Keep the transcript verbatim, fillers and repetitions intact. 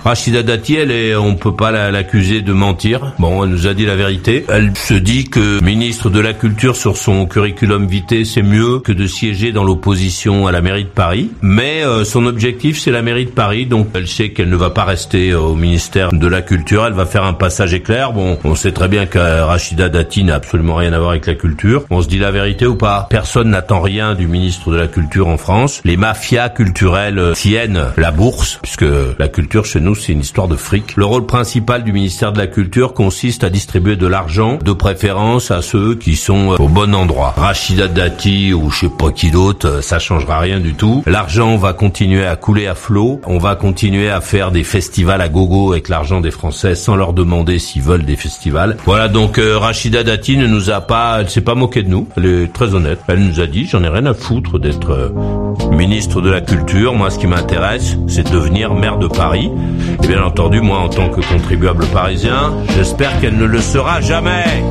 Rachida Dati, elle est, on peut pas la, l'accuser de mentir. Bon, elle nous a dit la vérité. Elle se dit que ministre de la Culture sur son curriculum vitae, c'est mieux que de siéger dans l'opposition à la mairie de Paris. Mais euh, son objectif, c'est la mairie de Paris, donc elle sait qu'elle ne va pas rester euh, au ministère de la Culture. Elle va faire un passage éclair. Bon, on sait très bien que Rachida Dati n'a absolument rien à voir avec la culture. On se dit la vérité ou pas? Personne n'attend rien du ministre de la Culture en France. Les mafias culturelles tiennent la bourse, puisque la culture chez nous, c'est une histoire de fric. Le rôle principal du ministère de la Culture consiste à distribuer de l'argent, de préférence à ceux qui sont au bon endroit. Rachida Dati ou je sais pas qui d'autre, ça changera rien du tout. L'argent va continuer à couler à flot. On va continuer à faire des festivals à gogo avec l'argent des Français sans leur demander s'ils veulent des festivals. Voilà, donc euh, Rachida Dati ne nous a pas, elle s'est pas moquée de nous. Elle est très honnête. Elle nous a dit, j'en ai rien à foutre d'être euh, ministre de la Culture. Moi, ce qui m'intéresse, c'est de devenir maire de Paris. Et bien entendu, moi, en tant que contribuable parisien, j'espère qu'elle ne le sera jamais.